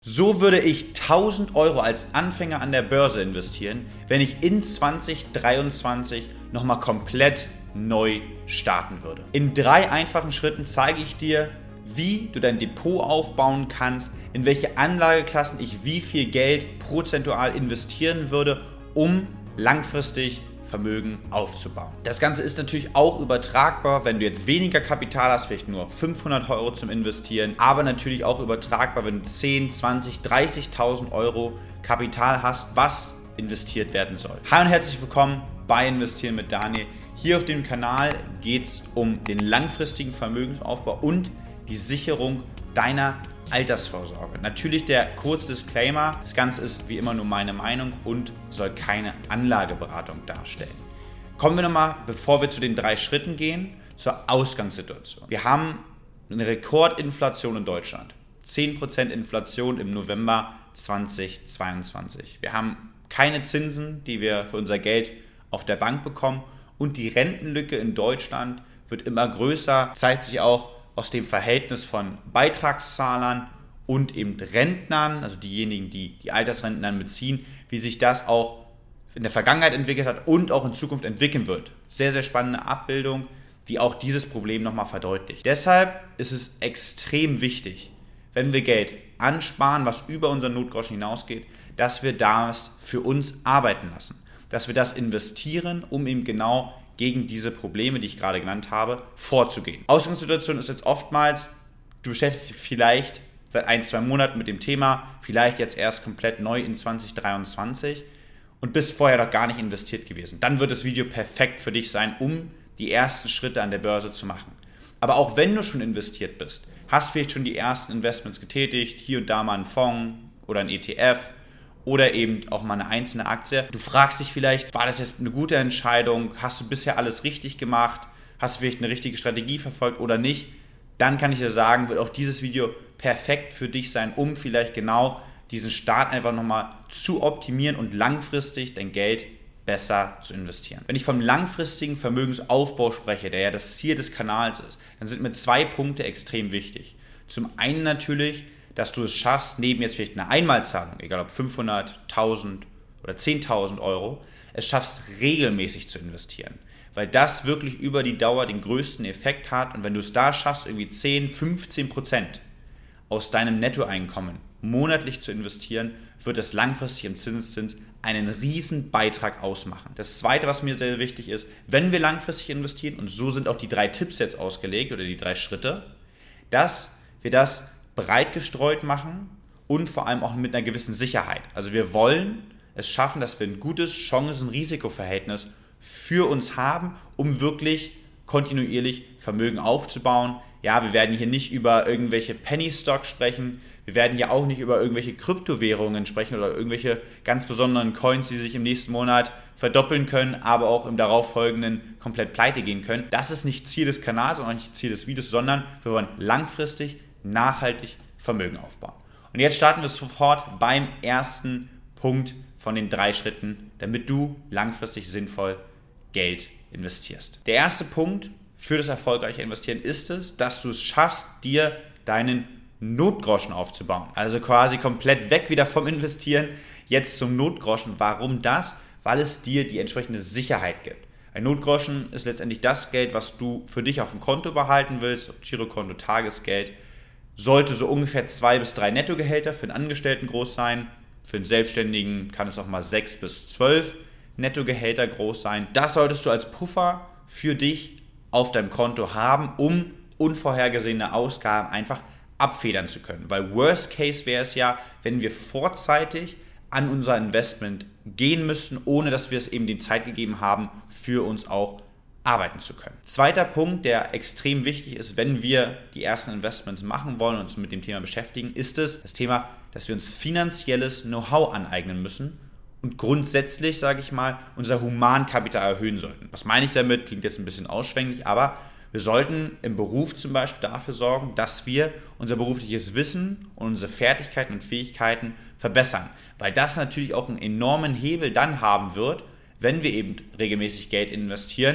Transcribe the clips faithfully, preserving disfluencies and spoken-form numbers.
So würde ich tausend Euro als Anfänger an der Börse investieren, wenn ich in zwanzig dreiundzwanzig nochmal komplett neu starten würde. In drei einfachen Schritten zeige ich dir, wie du dein Depot aufbauen kannst, in welche Anlageklassen ich wie viel Geld prozentual investieren würde, um langfristig Vermögen aufzubauen. Das Ganze ist natürlich auch übertragbar, wenn du jetzt weniger Kapital hast, vielleicht nur fünfhundert Euro zum Investieren, aber natürlich auch übertragbar, wenn du zehn, zwanzig, dreißigtausend Euro Kapital hast, was investiert werden soll. Hallo und herzlich willkommen bei Investieren mit Daniel. Hier auf dem Kanal geht es um den langfristigen Vermögensaufbau und die Sicherung deiner Altersvorsorge. Natürlich der kurze Disclaimer, das Ganze ist wie immer nur meine Meinung und soll keine Anlageberatung darstellen. Kommen wir nochmal, bevor wir zu den drei Schritten gehen, zur Ausgangssituation. Wir haben eine Rekordinflation in Deutschland. zehn Prozent Inflation im November zweitausendzweiundzwanzig. Wir haben keine Zinsen, die wir für unser Geld auf der Bank bekommen und die Rentenlücke in Deutschland wird immer größer, zeigt sich auch aus dem Verhältnis von Beitragszahlern und eben Rentnern, also diejenigen, die die Altersrenten dann beziehen, wie sich das auch in der Vergangenheit entwickelt hat und auch in Zukunft entwickeln wird. Sehr, sehr spannende Abbildung, die auch dieses Problem nochmal verdeutlicht. Deshalb ist es extrem wichtig, wenn wir Geld ansparen, was über unseren Notgroschen hinausgeht, dass wir das für uns arbeiten lassen, dass wir das investieren, um eben genau gegen diese Probleme, die ich gerade genannt habe, vorzugehen. Ausgangssituation ist jetzt oftmals, du beschäftigst dich vielleicht seit ein, zwei Monaten mit dem Thema, vielleicht jetzt erst komplett neu in zwanzig dreiundzwanzig und bist vorher noch gar nicht investiert gewesen. Dann wird das Video perfekt für dich sein, um die ersten Schritte an der Börse zu machen. Aber auch wenn du schon investiert bist, hast vielleicht schon die ersten Investments getätigt, hier und da mal einen Fonds oder ein E T F, oder eben auch mal eine einzelne Aktie. Du fragst dich vielleicht, war das jetzt eine gute Entscheidung? Hast du bisher alles richtig gemacht? Hast du vielleicht eine richtige Strategie verfolgt oder nicht? Dann kann ich dir sagen, wird auch dieses Video perfekt für dich sein, um vielleicht genau diesen Start einfach nochmal zu optimieren und langfristig dein Geld besser zu investieren. Wenn ich vom langfristigen Vermögensaufbau spreche, der ja das Ziel des Kanals ist, dann sind mir zwei Punkte extrem wichtig. Zum einen natürlich, dass du es schaffst, neben jetzt vielleicht einer Einmalzahlung, egal ob fünfhundert, tausend oder zehntausend Euro, es schaffst, regelmäßig zu investieren. Weil das wirklich über die Dauer den größten Effekt hat. Und wenn du es da schaffst, irgendwie zehn, fünfzehn Prozent aus deinem Nettoeinkommen monatlich zu investieren, wird es langfristig im Zinseszins einen riesen Beitrag ausmachen. Das Zweite, was mir sehr wichtig ist, wenn wir langfristig investieren, und so sind auch die drei Tipps jetzt ausgelegt oder die drei Schritte, dass wir das breit gestreut machen und vor allem auch mit einer gewissen Sicherheit. Also wir wollen es schaffen, dass wir ein gutes Chancen-Risiko-Verhältnis für uns haben, um wirklich kontinuierlich Vermögen aufzubauen. Ja, wir werden hier nicht über irgendwelche Penny-Stocks sprechen, wir werden hier auch nicht über irgendwelche Kryptowährungen sprechen oder irgendwelche ganz besonderen Coins, die sich im nächsten Monat verdoppeln können, aber auch im darauffolgenden komplett pleite gehen können. Das ist nicht Ziel des Kanals und auch nicht Ziel des Videos, sondern wir wollen langfristig nachhaltig Vermögen aufbauen. Und jetzt starten wir sofort beim ersten Punkt von den drei Schritten, damit du langfristig sinnvoll Geld investierst. Der erste Punkt für das erfolgreiche Investieren ist es, dass du es schaffst, dir deinen Notgroschen aufzubauen. Also quasi komplett weg wieder vom Investieren, jetzt zum Notgroschen. Warum das? Weil es dir die entsprechende Sicherheit gibt. Ein Notgroschen ist letztendlich das Geld, was du für dich auf dem Konto behalten willst, Girokonto, Tagesgeld. Sollte so ungefähr zwei bis drei Nettogehälter für einen Angestellten groß sein. Für einen Selbstständigen kann es auch mal sechs bis zwölf Nettogehälter groß sein. Das solltest du als Puffer für dich auf deinem Konto haben, um unvorhergesehene Ausgaben einfach abfedern zu können. Weil Worst Case wäre es ja, wenn wir vorzeitig an unser Investment gehen müssten, ohne dass wir es eben die Zeit gegeben haben, für uns auch arbeiten zu können. Zweiter Punkt, der extrem wichtig ist, wenn wir die ersten Investments machen wollen und uns mit dem Thema beschäftigen, ist es das Thema, dass wir uns finanzielles Know-how aneignen müssen und grundsätzlich, sage ich mal, unser Humankapital erhöhen sollten. Was meine ich damit? Klingt jetzt ein bisschen ausschwänglich, aber wir sollten im Beruf zum Beispiel dafür sorgen, dass wir unser berufliches Wissen und unsere Fertigkeiten und Fähigkeiten verbessern, weil das natürlich auch einen enormen Hebel dann haben wird, wenn wir eben regelmäßig Geld investieren,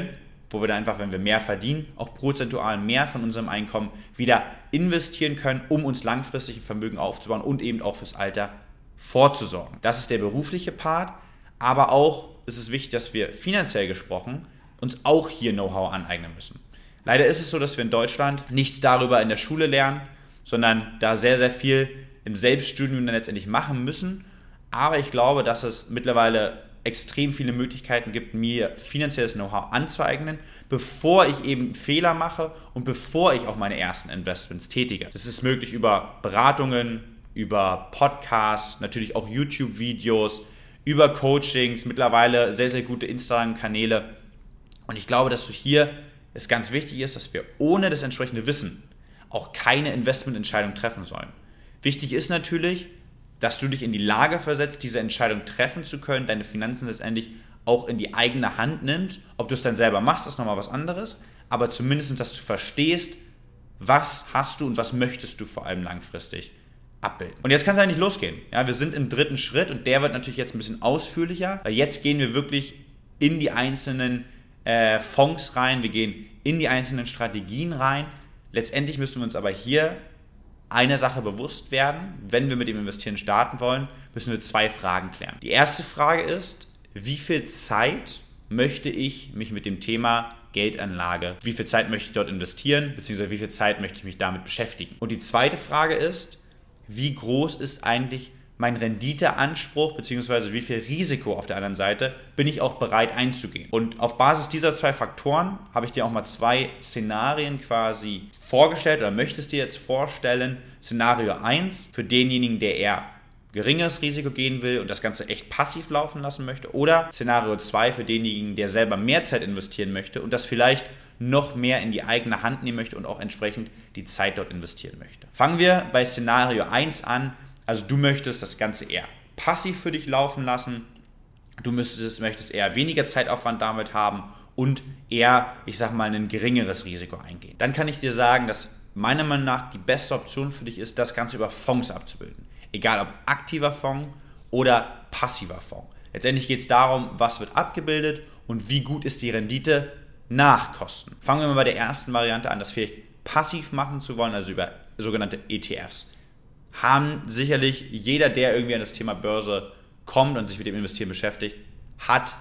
wo wir dann einfach, wenn wir mehr verdienen, auch prozentual mehr von unserem Einkommen wieder investieren können, um uns langfristig ein Vermögen aufzubauen und eben auch fürs Alter vorzusorgen. Das ist der berufliche Part, aber auch ist es wichtig, dass wir finanziell gesprochen uns auch hier Know-how aneignen müssen. Leider ist es so, dass wir in Deutschland nichts darüber in der Schule lernen, sondern da sehr, sehr viel im Selbststudium dann letztendlich machen müssen. Aber ich glaube, dass es mittlerweile extrem viele Möglichkeiten gibt, mir finanzielles Know-how anzueignen, bevor ich eben Fehler mache und bevor ich auch meine ersten Investments tätige. Das ist möglich über Beratungen, über Podcasts, natürlich auch YouTube-Videos, über Coachings, mittlerweile sehr, sehr gute Instagram-Kanäle. Und ich glaube, dass du hier es ganz wichtig ist, dass wir ohne das entsprechende Wissen auch keine Investmententscheidung treffen sollen. Wichtig ist natürlich, dass du dich in die Lage versetzt, diese Entscheidung treffen zu können, deine Finanzen letztendlich auch in die eigene Hand nimmst. Ob du es dann selber machst, ist nochmal was anderes, aber zumindest, dass du verstehst, was hast du und was möchtest du vor allem langfristig abbilden. Und jetzt kann es eigentlich losgehen. Ja, wir sind im dritten Schritt und der wird natürlich jetzt ein bisschen ausführlicher, weil jetzt gehen wir wirklich in die einzelnen äh, Fonds rein, wir gehen in die einzelnen Strategien rein. Letztendlich müssen wir uns aber hier eine Sache bewusst werden: Wenn wir mit dem Investieren starten wollen, müssen wir zwei Fragen klären. Die erste Frage ist, wie viel Zeit möchte ich mich mit dem Thema Geldanlage, wie viel Zeit möchte ich dort investieren, beziehungsweise wie viel Zeit möchte ich mich damit beschäftigen? Und die zweite Frage ist, wie groß ist eigentlich mein Renditeanspruch, beziehungsweise wie viel Risiko auf der anderen Seite bin ich auch bereit einzugehen? Und auf Basis dieser zwei Faktoren habe ich dir auch mal zwei Szenarien quasi vorgestellt oder möchte es dir jetzt vorstellen. Szenario eins für denjenigen, der eher geringeres Risiko gehen will und das Ganze echt passiv laufen lassen möchte, oder Szenario zwei für denjenigen, der selber mehr Zeit investieren möchte und das vielleicht noch mehr in die eigene Hand nehmen möchte und auch entsprechend die Zeit dort investieren möchte. Fangen wir bei Szenario eins an. Also du möchtest das Ganze eher passiv für dich laufen lassen, du müsstest, möchtest eher weniger Zeitaufwand damit haben und eher, ich sag mal, ein geringeres Risiko eingehen. Dann kann ich dir sagen, dass meiner Meinung nach die beste Option für dich ist, das Ganze über Fonds abzubilden. Egal ob aktiver Fonds oder passiver Fonds. Letztendlich geht es darum, was wird abgebildet und wie gut ist die Rendite nach Kosten. Fangen wir mal bei der ersten Variante an, das vielleicht passiv machen zu wollen, also über sogenannte E T Fs. Haben sicherlich jeder, der irgendwie an das Thema Börse kommt und sich mit dem Investieren beschäftigt, hat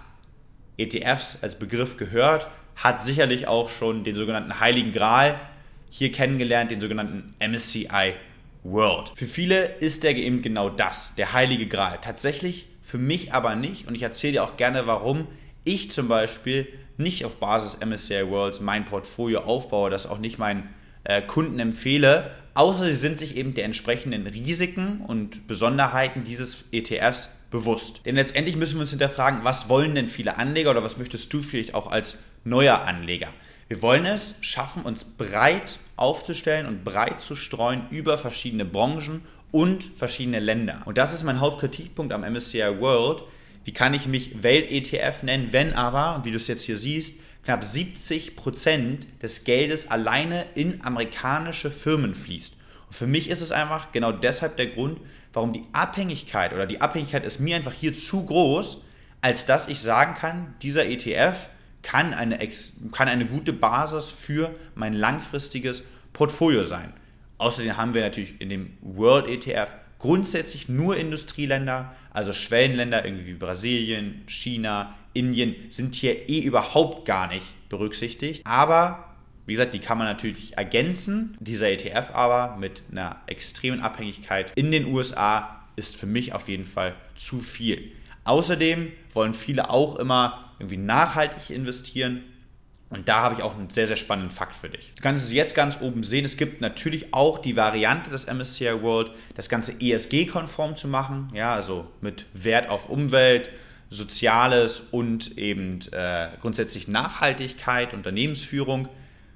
E T Fs als Begriff gehört, hat sicherlich auch schon den sogenannten Heiligen Gral hier kennengelernt, den sogenannten M S C I World. Für viele ist der eben genau das, der Heilige Gral. Tatsächlich für mich aber nicht, und ich erzähle dir auch gerne, warum ich zum Beispiel nicht auf Basis M S C I Worlds mein Portfolio aufbaue, das auch nicht meinen äh, Kunden empfehle, außer sie sind sich eben der entsprechenden Risiken und Besonderheiten dieses E T Fs bewusst. Denn letztendlich müssen wir uns hinterfragen, was wollen denn viele Anleger oder was möchtest du vielleicht auch als neuer Anleger? Wir wollen es schaffen, uns breit aufzustellen und breit zu streuen über verschiedene Branchen und verschiedene Länder. Und das ist mein Hauptkritikpunkt am M S C I World. Wie kann ich mich Welt-E T F nennen, wenn aber, wie du es jetzt hier siehst, knapp siebzig Prozent des Geldes alleine in amerikanische Firmen fließt. Und für mich ist es einfach genau deshalb der Grund, warum die Abhängigkeit oder die Abhängigkeit ist mir einfach hier zu groß, als dass ich sagen kann, dieser E T F kann eine, kann eine gute Basis für mein langfristiges Portfolio sein. Außerdem haben wir natürlich in dem World E T F grundsätzlich nur Industrieländer, also Schwellenländer irgendwie wie Brasilien, China, Indien sind hier eh überhaupt gar nicht berücksichtigt. Aber, wie gesagt, die kann man natürlich ergänzen. Dieser E T F aber mit einer extremen Abhängigkeit in den U S A ist für mich auf jeden Fall zu viel. Außerdem wollen viele auch immer irgendwie nachhaltig investieren. Und da habe ich auch einen sehr, sehr spannenden Fakt für dich. Du kannst es jetzt ganz oben sehen. Es gibt natürlich auch die Variante des M S C I World, das Ganze E S G-konform zu machen. Ja, also mit Wert auf Umwelt, Soziales und eben äh, grundsätzlich Nachhaltigkeit, Unternehmensführung.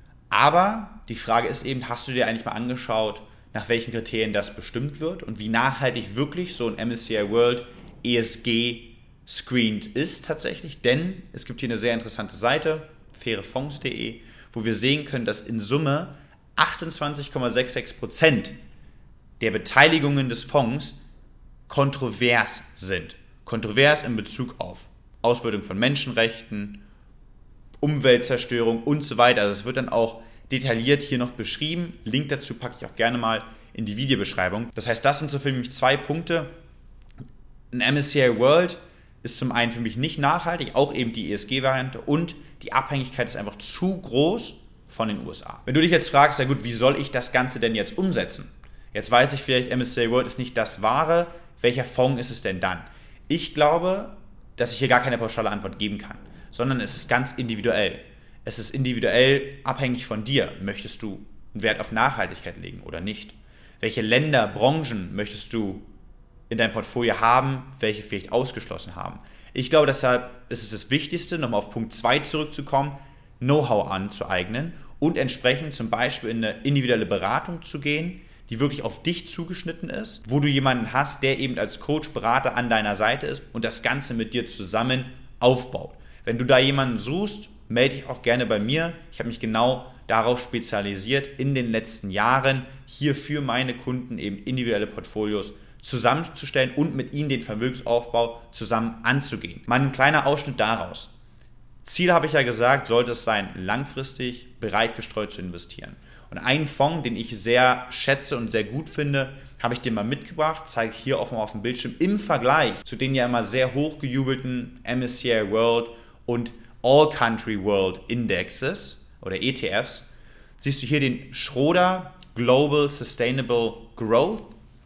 Aber die Frage ist eben, hast du dir eigentlich mal angeschaut, nach welchen Kriterien das bestimmt wird und wie nachhaltig wirklich so ein M S C I World E S G screened ist tatsächlich? Denn es gibt hier eine sehr interessante Seite, fairefonds punkt de, wo wir sehen können, dass in Summe achtundzwanzig Komma sechsundsechzig Prozent der Beteiligungen des Fonds kontrovers sind. Kontrovers in Bezug auf Ausbeutung von Menschenrechten, Umweltzerstörung und so weiter. Also es wird dann auch detailliert hier noch beschrieben. Link dazu packe ich auch gerne mal in die Videobeschreibung. Das heißt, das sind so für mich zwei Punkte. Ein M S C I World ist zum einen für mich nicht nachhaltig, auch eben die E S G-Variante, und die Abhängigkeit ist einfach zu groß von den U S A. Wenn du dich jetzt fragst, ja gut, wie soll ich das Ganze denn jetzt umsetzen? Jetzt weiß ich vielleicht, M S C I World ist nicht das Wahre. Welcher Fonds ist es denn dann? Ich glaube, dass ich hier gar keine pauschale Antwort geben kann, sondern es ist ganz individuell. Es ist individuell abhängig von dir. Möchtest du einen Wert auf Nachhaltigkeit legen oder nicht? Welche Länder, Branchen möchtest du in deinem Portfolio haben, welche vielleicht ausgeschlossen haben? Ich glaube, deshalb ist es das Wichtigste, nochmal auf Punkt zwei zurückzukommen, Know-how anzueignen und entsprechend zum Beispiel in eine individuelle Beratung zu gehen, die wirklich auf dich zugeschnitten ist, wo du jemanden hast, der eben als Coach, Berater an deiner Seite ist und das Ganze mit dir zusammen aufbaut. Wenn du da jemanden suchst, melde dich auch gerne bei mir. Ich habe mich genau darauf spezialisiert, in den letzten Jahren hier für meine Kunden eben individuelle Portfolios zusammenzustellen und mit ihnen den Vermögensaufbau zusammen anzugehen. Mal ein kleiner Ausschnitt daraus. Ziel, habe ich ja gesagt, sollte es sein, langfristig breit gestreut zu investieren. Und einen Fonds, den ich sehr schätze und sehr gut finde, habe ich dir mal mitgebracht, zeige ich hier auch mal auf dem Bildschirm, im Vergleich zu den ja immer sehr hochgejubelten M S C I World und All Country World Indexes oder E T Fs, siehst du hier den Schroder Global Sustainable Growth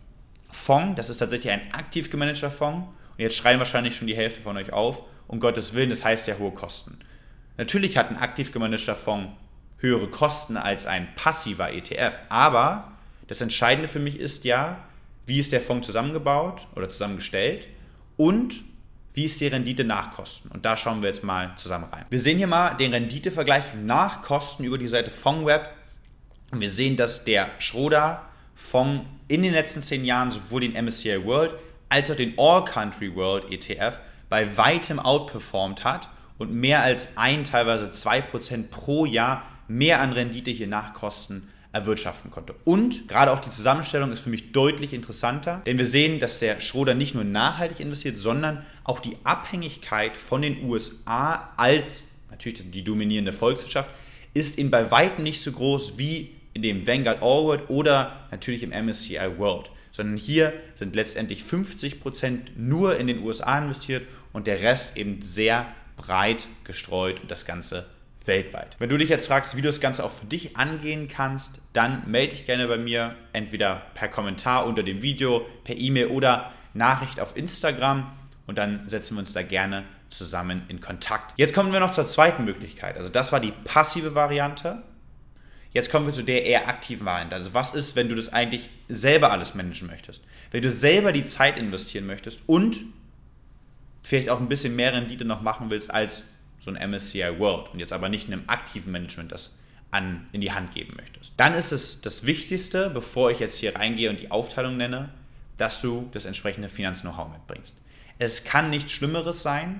Fonds. Das ist tatsächlich ein aktiv gemanagter Fonds. Und jetzt schreien wahrscheinlich schon die Hälfte von euch auf, um Gottes Willen, das heißt ja hohe Kosten. Natürlich hat ein aktiv gemanagter Fonds höhere Kosten als ein passiver E T F. Aber das Entscheidende für mich ist ja, wie ist der Fonds zusammengebaut oder zusammengestellt und wie ist die Rendite nach Kosten. Und da schauen wir jetzt mal zusammen rein. Wir sehen hier mal den Renditevergleich nach Kosten über die Seite FondWeb. Und wir sehen, dass der Schroder Fonds in den letzten zehn Jahren sowohl den M S C I World als auch den All Country World E T F bei weitem outperformt hat und mehr als ein, teilweise zwei Prozent pro Jahr mehr an Rendite hier nach Kosten erwirtschaften konnte. Und gerade auch die Zusammenstellung ist für mich deutlich interessanter, denn wir sehen, dass der Schroder nicht nur nachhaltig investiert, sondern auch die Abhängigkeit von den U S A als natürlich die dominierende Volkswirtschaft ist eben bei weitem nicht so groß wie in dem Vanguard All World oder natürlich im M S C I World, sondern hier sind letztendlich fünfzig Prozent nur in den U S A investiert und der Rest eben sehr breit gestreut und das Ganze weltweit. Wenn du dich jetzt fragst, wie du das Ganze auch für dich angehen kannst, dann melde dich gerne bei mir, entweder per Kommentar unter dem Video, per E-Mail oder Nachricht auf Instagram und dann setzen wir uns da gerne zusammen in Kontakt. Jetzt kommen wir noch zur zweiten Möglichkeit. Also das war die passive Variante. Jetzt kommen wir zu der eher aktiven Variante. Also was ist, wenn du das eigentlich selber alles managen möchtest? Wenn du selber die Zeit investieren möchtest und vielleicht auch ein bisschen mehr Rendite noch machen willst als so ein M S C I World und jetzt aber nicht in einem aktiven Management das an, in die Hand geben möchtest. Dann ist es das Wichtigste, bevor ich jetzt hier reingehe und die Aufteilung nenne, dass du das entsprechende Finanz-Know-how mitbringst. Es kann nichts Schlimmeres sein,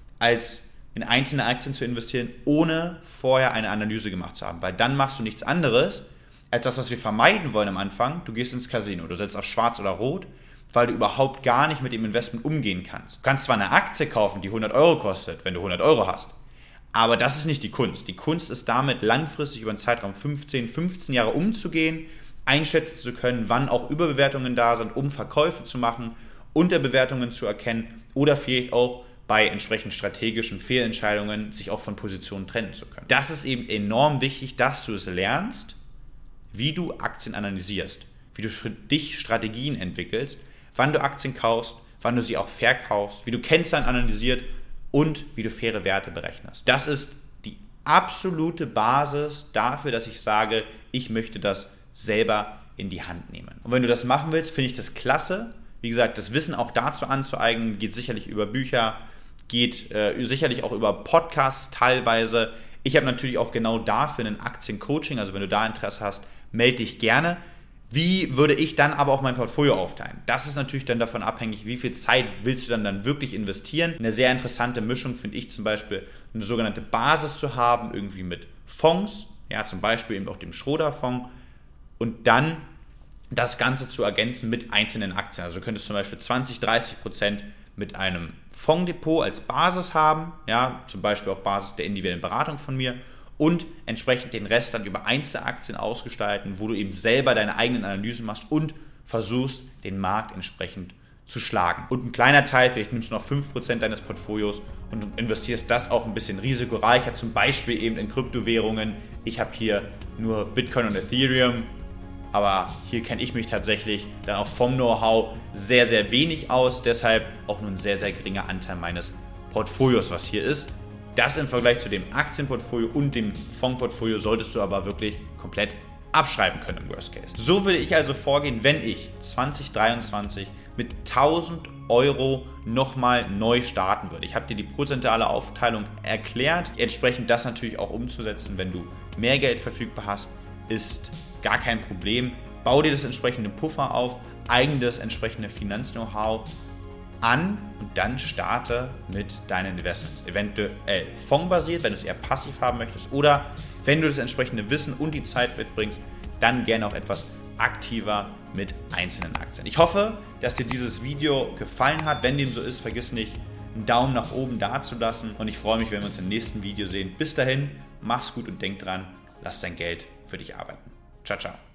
als in einzelne Aktien zu investieren, ohne vorher eine Analyse gemacht zu haben, weil dann machst du nichts anderes, als das, was wir vermeiden wollen am Anfang. Du gehst ins Casino, du setzt auf schwarz oder rot, weil du überhaupt gar nicht mit dem Investment umgehen kannst. Du kannst zwar eine Aktie kaufen, die hundert Euro kostet, wenn du hundert Euro hast, aber das ist nicht die Kunst. Die Kunst ist damit, langfristig über einen Zeitraum fünfzehn, fünfzehn Jahre umzugehen, einschätzen zu können, wann auch Überbewertungen da sind, um Verkäufe zu machen, Unterbewertungen zu erkennen oder vielleicht auch bei entsprechend strategischen Fehlentscheidungen sich auch von Positionen trennen zu können. Das ist eben enorm wichtig, dass du es lernst, wie du Aktien analysierst, wie du für dich Strategien entwickelst, wann du Aktien kaufst, wann du sie auch verkaufst, wie du Kennzahlen analysiert und wie du faire Werte berechnest. Das ist die absolute Basis dafür, dass ich sage, ich möchte das selber in die Hand nehmen. Und wenn du das machen willst, finde ich das klasse. Wie gesagt, das Wissen auch dazu anzueignen, geht sicherlich über Bücher, geht äh, sicherlich auch über Podcasts teilweise. Ich habe natürlich auch genau dafür ein Aktiencoaching, also wenn du da Interesse hast, melde dich gerne. Wie würde ich dann aber auch mein Portfolio aufteilen? Das ist natürlich dann davon abhängig, wie viel Zeit willst du dann, dann wirklich investieren. Eine sehr interessante Mischung finde ich zum Beispiel, eine sogenannte Basis zu haben, irgendwie mit Fonds, ja, zum Beispiel eben auch dem Schroder-Fonds und dann das Ganze zu ergänzen mit einzelnen Aktien. Also du könntest zum Beispiel zwanzig, dreißig Prozent mit einem Fondsdepot als Basis haben, ja, zum Beispiel auf Basis der individuellen Beratung von mir, und entsprechend den Rest dann über Einzelaktien ausgestalten, wo du eben selber deine eigenen Analysen machst und versuchst, den Markt entsprechend zu schlagen. Und ein kleiner Teil, vielleicht nimmst du noch fünf Prozent deines Portfolios und investierst das auch ein bisschen risikoreicher, zum Beispiel eben in Kryptowährungen. Ich habe hier nur Bitcoin und Ethereum, aber hier kenne ich mich tatsächlich dann auch vom Know-how sehr, sehr wenig aus, deshalb auch nur ein sehr, sehr geringer Anteil meines Portfolios, was hier ist. Das im Vergleich zu dem Aktienportfolio und dem Fondsportfolio solltest du aber wirklich komplett abschreiben können im Worst Case. So würde ich also vorgehen, wenn ich zwanzig dreiundzwanzig mit tausend Euro nochmal neu starten würde. Ich habe dir die prozentuale Aufteilung erklärt. Entsprechend das natürlich auch umzusetzen, wenn du mehr Geld verfügbar hast, ist gar kein Problem. Bau dir das entsprechende Puffer auf, eigne das entsprechende Finanz-Know-how an und dann starte mit deinen Investments. Eventuell fondbasiert, wenn du es eher passiv haben möchtest, oder wenn du das entsprechende Wissen und die Zeit mitbringst, dann gerne auch etwas aktiver mit einzelnen Aktien. Ich hoffe, dass dir dieses Video gefallen hat. Wenn dem so ist, vergiss nicht, einen Daumen nach oben dazulassen und ich freue mich, wenn wir uns im nächsten Video sehen. Bis dahin, mach's gut und denk dran, lass dein Geld für dich arbeiten. Ciao, ciao.